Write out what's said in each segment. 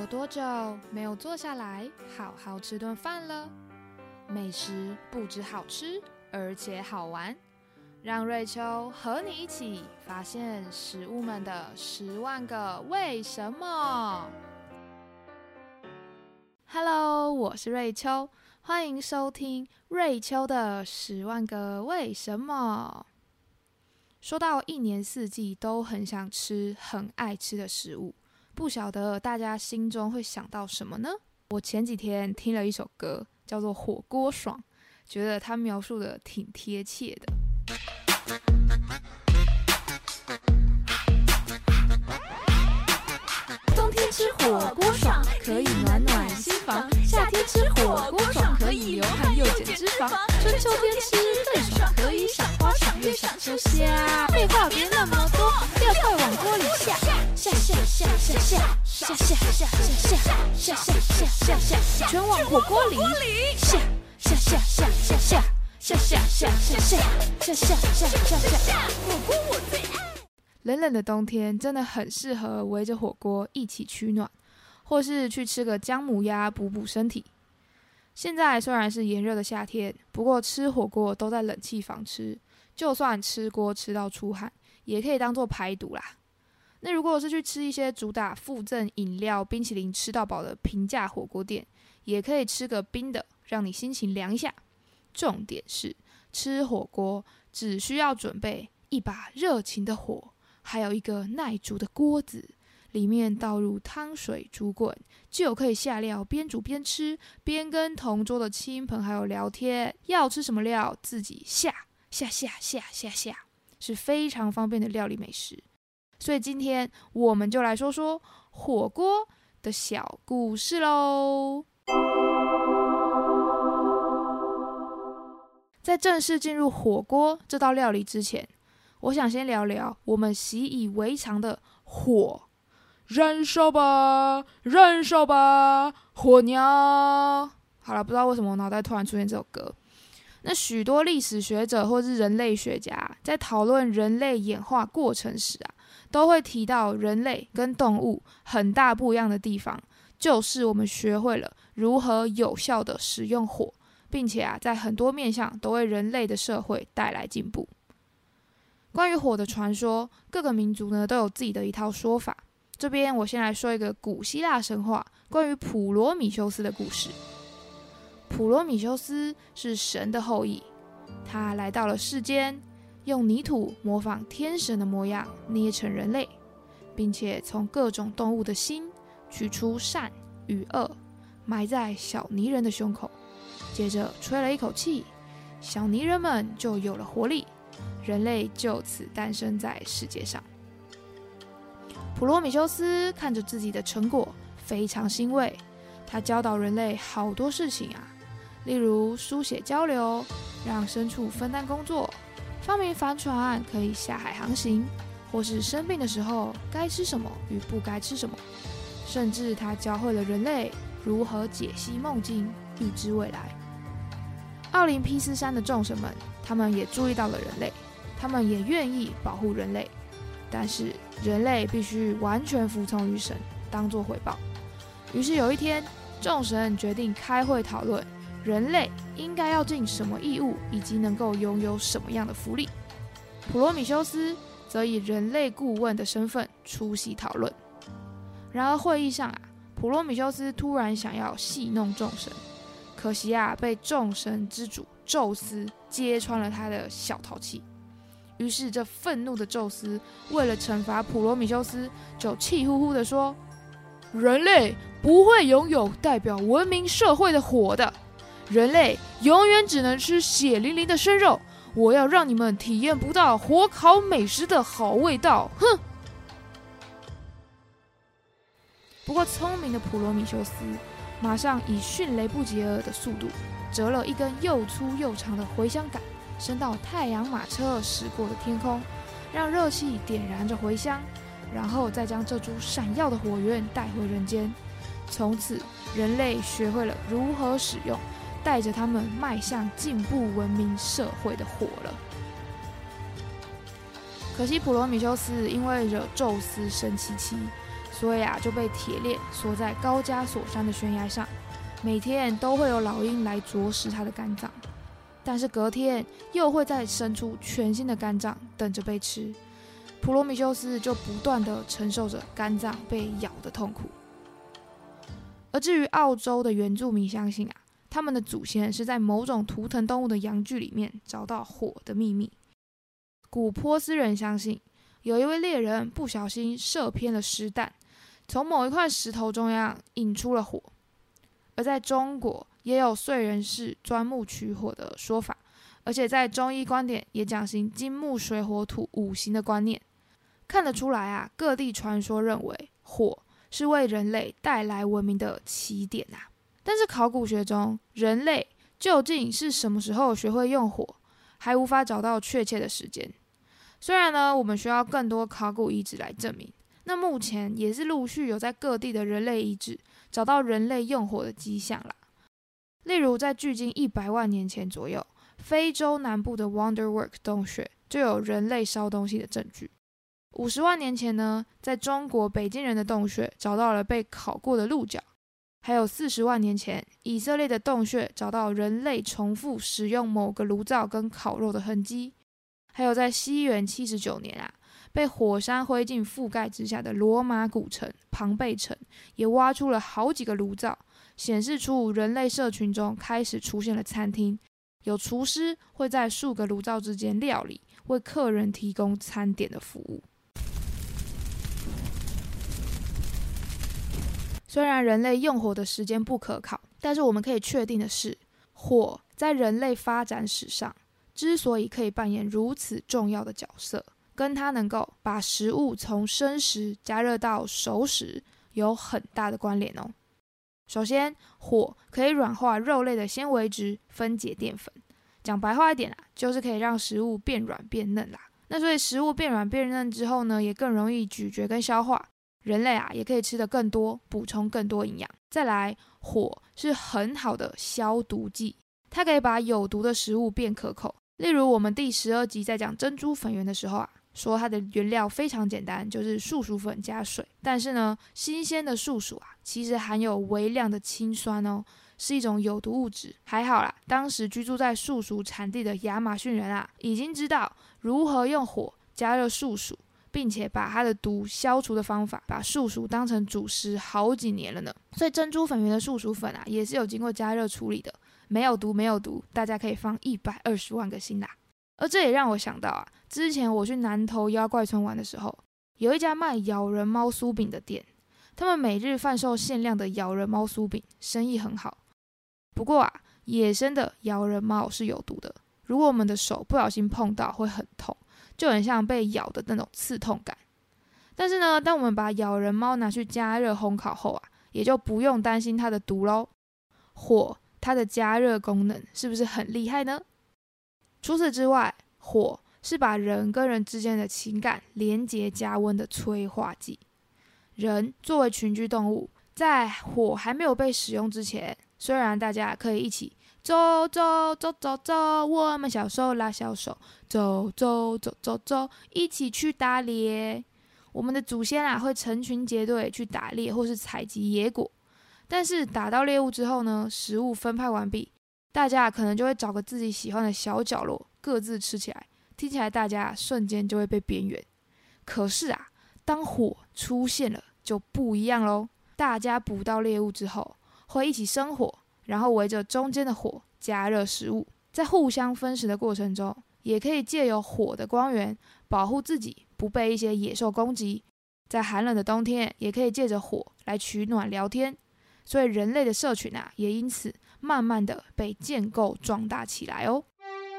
有多久没有坐下来好好吃顿饭了？美食不只好吃，而且好玩。让瑞秋和你一起发现食物们的10万个为什么。Hello， 我是瑞秋，欢迎收听瑞秋的10万个为什么。说到一年四季都很想吃、很爱吃的食物，不晓得大家心中会想到什么呢？我前几天听了一首歌，叫做《火锅爽》，觉得它描述的挺贴切的。冬天吃火锅爽，可以暖暖心房；夏天吃火锅爽，可以流汗又减脂肪；春秋天吃更爽，可以赏花赏月享受虾。废话别那么多，要快往锅里下，下下下下下下下下下下下下下，全往火锅里下下下下下下下下下下下下下下，火锅我最爱。冷冷的冬天真的很适合围着火锅一起取暖，或是去吃个姜母鸭补补身体。现在虽然是炎热的夏天，不过吃火锅都在冷气房吃，就算吃锅吃到出汗，也可以当做排毒啦。那如果是去吃一些主打附赠饮料、冰淇淋吃到饱的平价火锅店，也可以吃个冰的，让你心情凉一下。重点是吃火锅只需要准备一把热情的火，还有一个耐煮的锅子，里面倒入汤水煮滚，就可以下料，边煮边吃，边跟同桌的亲朋好友聊天。要吃什么料自己下，是非常方便的料理美食。所以今天我们就来说说火锅的小故事咯。在正式进入火锅这道料理之前，我想先聊聊我们习以为常的火。燃烧吧，燃烧吧，火鸟。好了，不知道为什么我脑袋突然出现这首歌。那许多历史学者或是人类学家在讨论人类演化过程时都会提到人类跟动物很大不一样的地方，就是我们学会了如何有效的使用火，并且在很多面向都为人类的社会带来进步。关于火的传说，各个民族呢都有自己的一套说法。这边我先来说一个古希腊神话关于普罗米修斯的故事。普罗米修斯是神的后裔，他来到了世间，用泥土模仿天神的模样捏成人类，并且从各种动物的心取出善与恶，埋在小泥人的胸口，接着吹了一口气，小泥人们就有了活力，人类就此诞生在世界上。普罗米修斯看着自己的成果，非常欣慰。他教导人类好多事情例如书写交流，让牲畜分担工作，发明帆船可以下海航行，或是生病的时候该吃什么与不该吃什么。甚至他教会了人类如何解析梦境，预知未来。奥林匹斯山的众神们，他们也注意到了人类，他们也愿意保护人类，但是人类必须完全服从于神，当作回报。于是有一天，众神决定开会讨论人类应该要尽什么义务，以及能够拥有什么样的福利。普罗米修斯则以人类顾问的身份出席讨论。然而会议上普罗米修斯突然想要戏弄众神，可惜被众神之主宙斯揭穿了他的小淘气。于是这愤怒的宙斯为了惩罚普罗米修斯，就气呼呼地说：人类不会拥有代表文明社会的火的，人类永远只能吃血淋淋的生肉，我要让你们体验不到火烤美食的好味道，哼！不过聪明的普罗米修斯马上以迅雷不及掩耳的速度折了一根又粗又长的茴香杆，升到太阳马车驶过的天空，让热气点燃着茴香，然后再将这株闪耀的火源带回人间。从此人类学会了如何使用带着他们迈向进步文明社会的火了。可惜普罗米修斯因为惹宙斯生气， 所以就被铁链锁在高加索山的悬崖上，每天都会有老鹰来啄食它的肝脏，但是隔天又会再生出全新的肝脏等着被吃。普罗米修斯就不断地承受着肝脏被咬的痛苦。而至于澳洲的原住民相信他们的祖先是在某种图腾动物的阳具里面找到火的秘密。古波斯人相信，有一位猎人不小心射偏了石弹，从某一块石头中央引出了火。而在中国也有燧人氏钻木取火的说法，而且在中医观点也讲行金木水火土五行的观念。看得出来各地传说认为火是为人类带来文明的起点但是考古学中，人类究竟是什么时候学会用火，还无法找到确切的时间。虽然呢，我们需要更多考古遗址来证明，那目前也是陆续有在各地的人类遗址找到人类用火的迹象啦。例如在距今100万年前左右，非洲南部的 Wonderwork 洞穴就有人类烧东西的证据。50万年前呢，在中国北京人的洞穴找到了被烤过的鹿角，还有40万年前以色列的洞穴找到人类重复使用某个炉灶跟烤肉的痕迹，还有在西元79年被火山灰烬覆盖之下的罗马古城庞贝城也挖出了好几个炉灶，显示出人类社群中开始出现了餐厅，有厨师会在数个炉灶之间料理，为客人提供餐点的服务。虽然人类用火的时间不可考，但是我们可以确定的是，火在人类发展史上之所以可以扮演如此重要的角色，跟它能够把食物从生食加热到熟食有很大的关联哦。首先，火可以软化肉类的纤维质，分解淀粉。讲白话一点就是可以让食物变软变嫩啦。那所以食物变软变嫩之后呢，也更容易咀嚼跟消化。人类也可以吃得更多，补充更多营养。再来，火是很好的消毒剂，它可以把有毒的食物变可口。例如我们第12集在讲珍珠粉圆的时候说它的原料非常简单，就是树薯粉加水。但是呢，新鲜的树薯其实含有微量的氢酸哦，是一种有毒物质。还好啦，当时居住在树薯产地的亚马逊人已经知道如何用火加热树薯，并且把它的毒消除的方法，把树薯当成主食好几年了呢。所以珍珠粉圆的树薯粉也是有经过加热处理的，没有毒，没有毒，大家可以放120万个心啦。而这也让我想到之前我去南投妖怪村玩的时候，有一家卖咬人猫酥饼的店，他们每日贩售限量的咬人猫酥饼，生意很好。不过野生的咬人猫是有毒的，如果我们的手不小心碰到会很痛，就很像被咬的那种刺痛感。但是呢，当我们把咬人猫拿去加热烘烤后也就不用担心它的毒咯。火它的加热功能是不是很厉害呢？除此之外，火是把人跟人之间的情感连结加温的催化剂。人作为群居动物，在火还没有被使用之前，虽然大家可以一起走走走走走，我们小手拉小手，走走走走走，一起去打猎。我们的祖先会成群结队去打猎或是采集野果，但是打到猎物之后呢，食物分派完毕，大家可能就会找个自己喜欢的小角落，各自吃起来。听起来大家瞬间就会被边缘。可是当火出现了就不一样咯。大家捕到猎物之后，会一起生火，然后围着中间的火加热食物，在互相分食的过程中，也可以借由火的光源保护自己不被一些野兽攻击。在寒冷的冬天，也可以借着火来取暖聊天。所以人类的社群也因此慢慢的被建构壮大起来哦。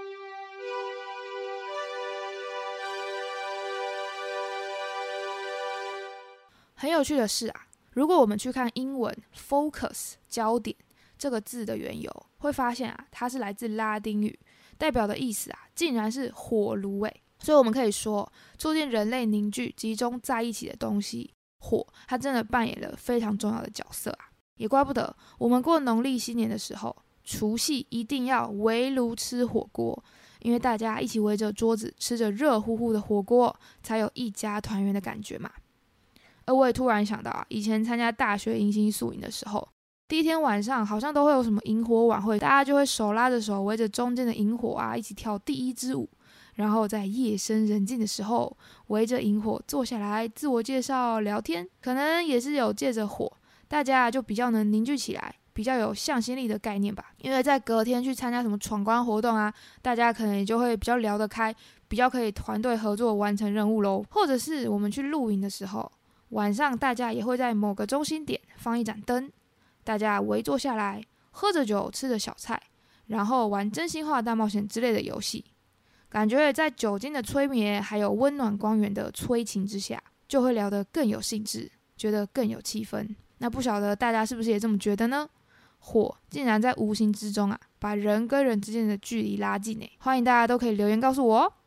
很有趣的是如果我们去看英文 focus 焦点这个字的缘由，会发现它是来自拉丁语，代表的意思竟然是火炉所以我们可以说，促进人类凝聚集中在一起的东西，火它真的扮演了非常重要的角色也怪不得我们过农历新年的时候，除夕一定要围炉吃火锅，因为大家一起围着桌子吃着热乎乎的火锅，才有一家团圆的感觉嘛。 而我也突然想到啊，以前参加大学迎新宿营的时候，第一天晚上好像都会有什么萤火晚会，大家就会手拉着手围着中间的萤火啊，一起跳第一支舞，然后在夜深人静的时候围着萤火坐下来自我介绍聊天，可能也是有借着火，大家就比较能凝聚起来，比较有向心力的概念吧。因为在隔天去参加什么闯关活动啊，大家可能也就会比较聊得开，比较可以团队合作完成任务咯。或者是我们去露营的时候，晚上大家也会在某个中心点放一盏灯，大家围坐下来，喝着酒，吃着小菜，然后玩真心话大冒险之类的游戏。感觉在酒精的催眠还有温暖光源的催情之下，就会聊得更有兴致，觉得更有气氛。那不晓得大家是不是也这么觉得呢？火竟然在无形之中啊，把人跟人之间的距离拉近。欢迎大家都可以留言告诉我哦。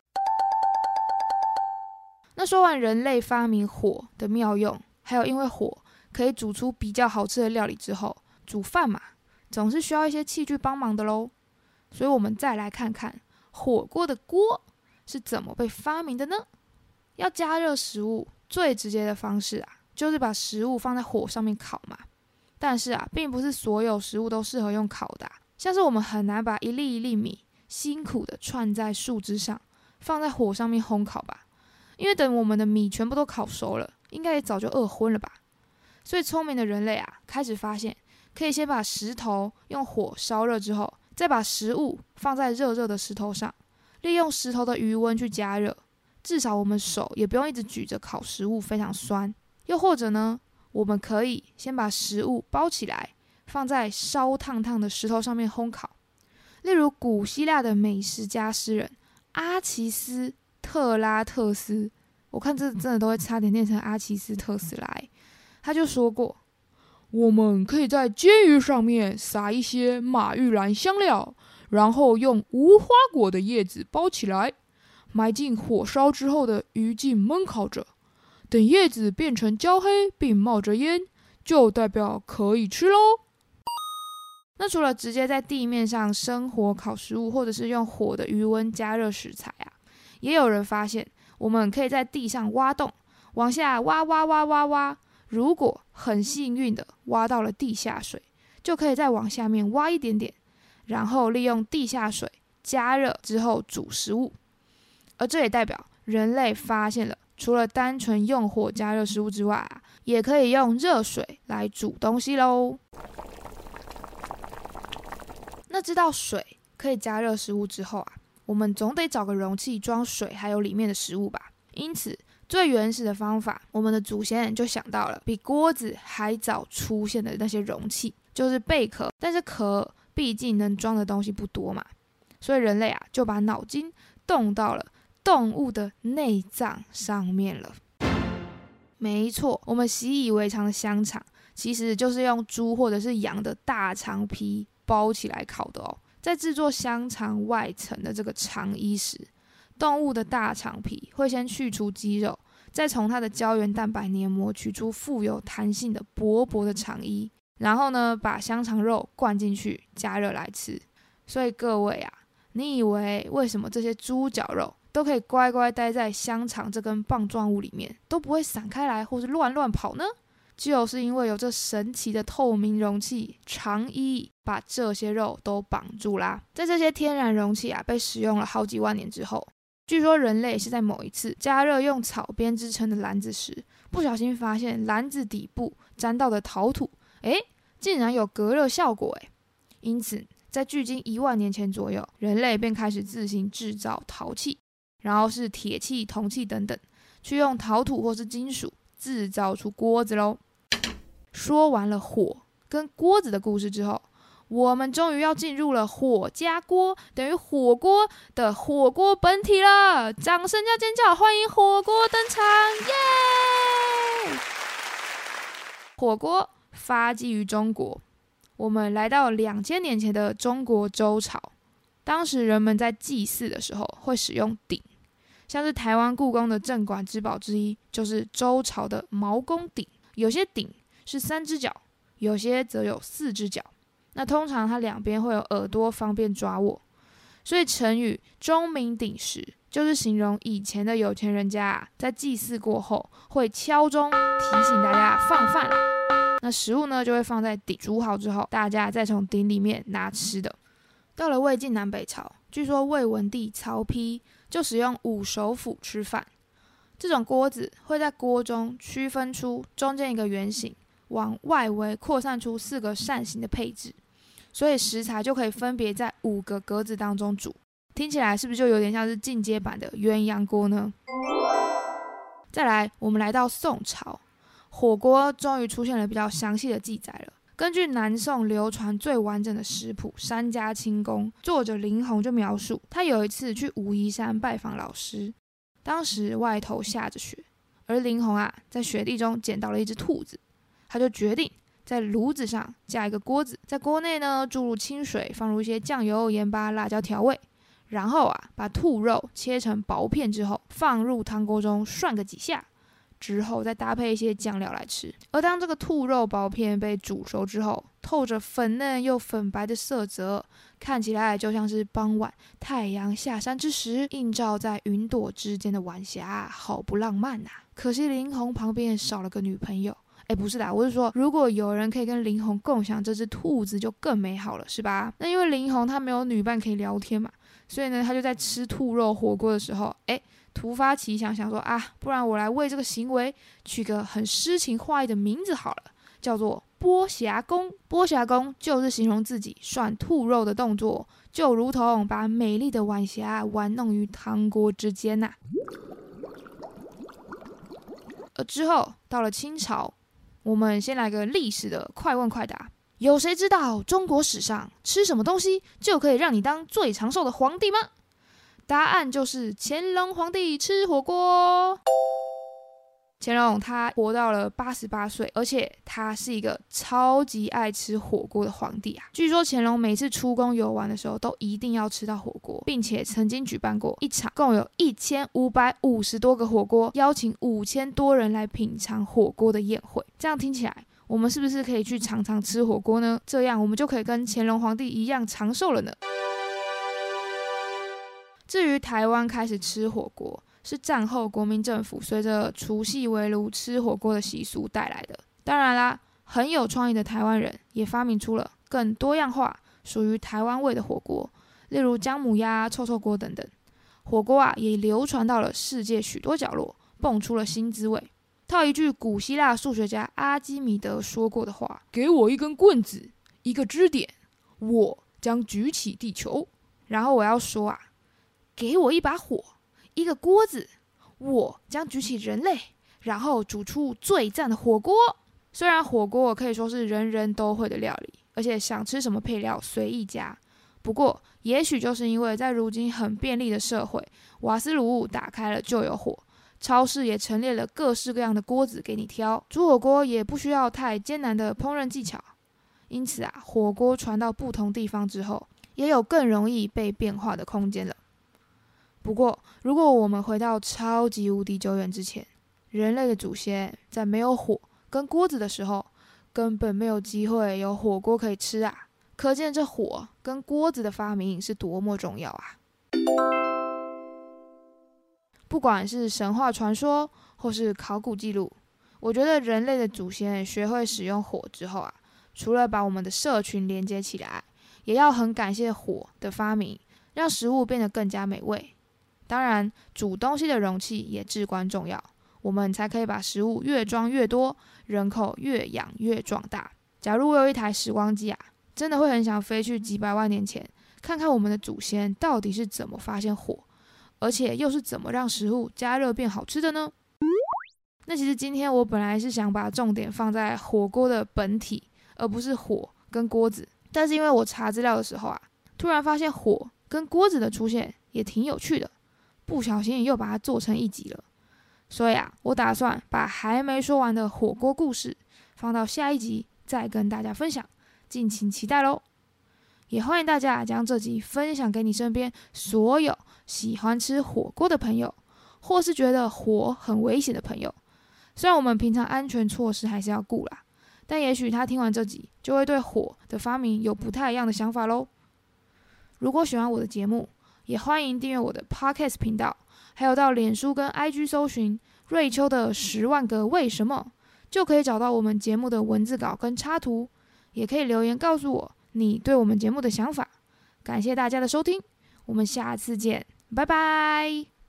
那说完人类发明火的妙用，还有因为火可以煮出比较好吃的料理之后，煮饭嘛，总是需要一些器具帮忙的咯。所以我们再来看看火锅的锅是怎么被发明的呢？要加热食物，最直接的方式啊，就是把食物放在火上面烤嘛。但是啊，并不是所有食物都适合用烤的啊，像是我们很难把一粒一粒米辛苦的串在树枝上，放在火上面烘烤吧。因为等我们的米全部都烤熟了，应该也早就饿昏了吧。所以聪明的人类啊，开始发现可以先把石头用火烧热之后，再把食物放在热热的石头上，利用石头的余温去加热，至少我们手也不用一直举着烤食物，非常酸。又或者呢，我们可以先把食物包起来，放在烧烫烫的石头上面烘烤。例如古希腊的美食家诗人阿奇斯特拉特斯，我看这真的都会差点念成阿奇斯特斯拉。他就说过，我们可以在煎鱼上面撒一些马玉兰香料，然后用无花果的叶子包起来，埋进火烧之后的鱼茎焖烤着，等叶子变成焦黑并冒着烟，就代表可以吃咯。那除了直接在地面上生火烤食物，或者是用火的余温加热食材啊，也有人发现我们可以在地上挖洞，往下挖挖挖挖挖，如果很幸运的挖到了地下水，就可以再往下面挖一点点，然后利用地下水加热之后煮食物。而这也代表人类发现了除了单纯用火加热食物之外啊，也可以用热水来煮东西咯。那知道水可以加热食物之后啊，我们总得找个容器装水还有里面的食物吧。因此最原始的方法，我们的祖先就想到了比锅子还早出现的那些容器，就是贝壳。但是壳毕竟能装的东西不多嘛，所以人类啊就把脑筋动到了动物的内脏上面了。没错，我们习以为常的香肠其实就是用猪或者是羊的大肠皮包起来烤的哦。在制作香肠外层的这个肠衣时，动物的大肠皮会先去除肌肉，再从它的胶原蛋白黏膜取出富有弹性的薄薄的肠衣，然后呢把香肠肉灌进去加热来吃。所以各位啊，你以为为什么这些猪脚肉都可以乖乖待在香肠这根棒状物里面，都不会散开来或是乱跑呢？就是因为有这神奇的透明容器肠衣，把这些肉都绑住啦。在这些天然容器啊被使用了好几万年之后，据说人类是在某一次加热用草编织成的篮子时，不小心发现篮子底部沾到的陶土，竟然有隔热效果。因此在距今1万年前左右，人类便开始自行制造陶器，然后是铁器、铜器等等，去用陶土或是金属制造出锅子咯。说完了火跟锅子的故事之后，我们终于要进入了火加锅等于火锅的火锅本体了。掌声加尖叫，欢迎火锅登场，耶！火锅发迹于中国，我们来到2000年前的中国周朝。当时人们在祭祀的时候会使用鼎，像是台湾故宫的镇馆之宝之一就是周朝的毛公鼎。有些鼎是3只脚，有些则有4只脚，那通常它两边会有耳朵，方便抓握。所以成语钟鸣鼎食就是形容以前的有钱人家在祭祀过后会敲钟提醒大家放饭了。那食物呢就会放在鼎，煮好之后，大家再从鼎里面拿吃的。到了魏晋南北朝，据说魏文帝曹丕就使用五手斧吃饭。这种锅子会在锅中区分出中间一个圆形，往外围扩散出4个扇形的配置，所以食材就可以分别在5个格子当中煮。听起来是不是就有点像是进阶版的鸳鸯锅呢？再来，我们来到宋朝，火锅终于出现了比较详细的记载了。根据南宋流传最完整的食谱《三家清宫》，作者林洪就描述，他有一次去武夷山拜访老师，当时外头下着雪，而林洪在雪地中捡到了一只兔子，他就决定在炉子上架一个锅子，在锅内呢注入清水，放入一些酱油、盐巴、辣椒调味，然后把兔肉切成薄片之后，放入汤锅中涮个几下，之后再搭配一些酱料来吃。而当这个兔肉薄片被煮熟之后，透着粉嫩又粉白的色泽，看起来就像是傍晚太阳下山之时映照在云朵之间的晚霞，好不浪漫啊！可惜林洪旁边少了个女朋友。不是的，我是说，如果有人可以跟林洪共享这只兔子，就更美好了，是吧？那因为林洪他没有女伴可以聊天嘛，所以呢，他就在吃兔肉火锅的时候，突发奇想，想说不然我来为这个行为取个很诗情画意的名字好了，叫做剥霞功。剥霞功就是形容自己涮兔肉的动作，就如同把美丽的晚霞玩弄于汤锅之间呐。而之后到了清朝，我们先来个历史的快问快答。有谁知道中国史上吃什么东西就可以让你当最长寿的皇帝吗？答案就是乾隆皇帝吃火锅。乾隆他活到了88岁，而且他是一个超级爱吃火锅的皇帝啊！据说乾隆每次出宫游玩的时候，都一定要吃到火锅，并且曾经举办过一场共有1550多个火锅，邀请5000多人来品尝火锅的宴会。这样听起来，我们是不是可以去常常吃火锅呢？这样我们就可以跟乾隆皇帝一样长寿了呢。至于台湾开始吃火锅，是战后国民政府随着除夕围炉吃火锅的习俗带来的。当然啦，很有创意的台湾人也发明出了更多样化、属于台湾味的火锅，例如姜母鸭、臭臭锅等等。火锅也流传到了世界许多角落，蹦出了新滋味。套一句古希腊数学家阿基米德说过的话：给我一根棍子，一个支点，我将举起地球。然后我要说给我一把火，一个锅子，我将举起人类，然后煮出最赞的火锅。虽然火锅可以说是人人都会的料理，而且想吃什么配料随意加，不过也许就是因为在如今很便利的社会，瓦斯炉打开了就有火，超市也陈列了各式各样的锅子给你挑，煮火锅也不需要太艰难的烹饪技巧。因此火锅传到不同地方之后，也有更容易被变化的空间了。不过，如果我们回到超级无敌久远之前，人类的祖先在没有火跟锅子的时候，根本没有机会有火锅可以吃可见这火跟锅子的发明是多么重要不管是神话传说或是考古记录，我觉得人类的祖先学会使用火之后除了把我们的社群连接起来，也要很感谢火的发明，让食物变得更加美味。当然，煮东西的容器也至关重要，我们才可以把食物越装越多，人口越养越壮大。假如我有一台时光机真的会很想飞去几百万年前，看看我们的祖先到底是怎么发现火，而且又是怎么让食物加热变好吃的呢？那其实今天我本来是想把重点放在火锅的本体，而不是火跟锅子。但是因为我查资料的时候突然发现火跟锅子的出现也挺有趣的，不小心又把它做成一集了。所以我打算把还没说完的火锅故事放到下一集再跟大家分享，敬请期待咯。也欢迎大家将这集分享给你身边所有喜欢吃火锅的朋友，或是觉得火很危险的朋友。虽然我们平常安全措施还是要顾啦，但也许他听完这集就会对火的发明有不太一样的想法咯。如果喜欢我的节目， 也欢迎订阅我的 Podcast 频道，还有到脸书跟 IG 搜寻瑞秋的10万个为什么，就可以找到我们节目的文字稿跟插图，也可以留言告诉我你对我们节目的想法。感谢大家的收听，我们下次见，拜拜。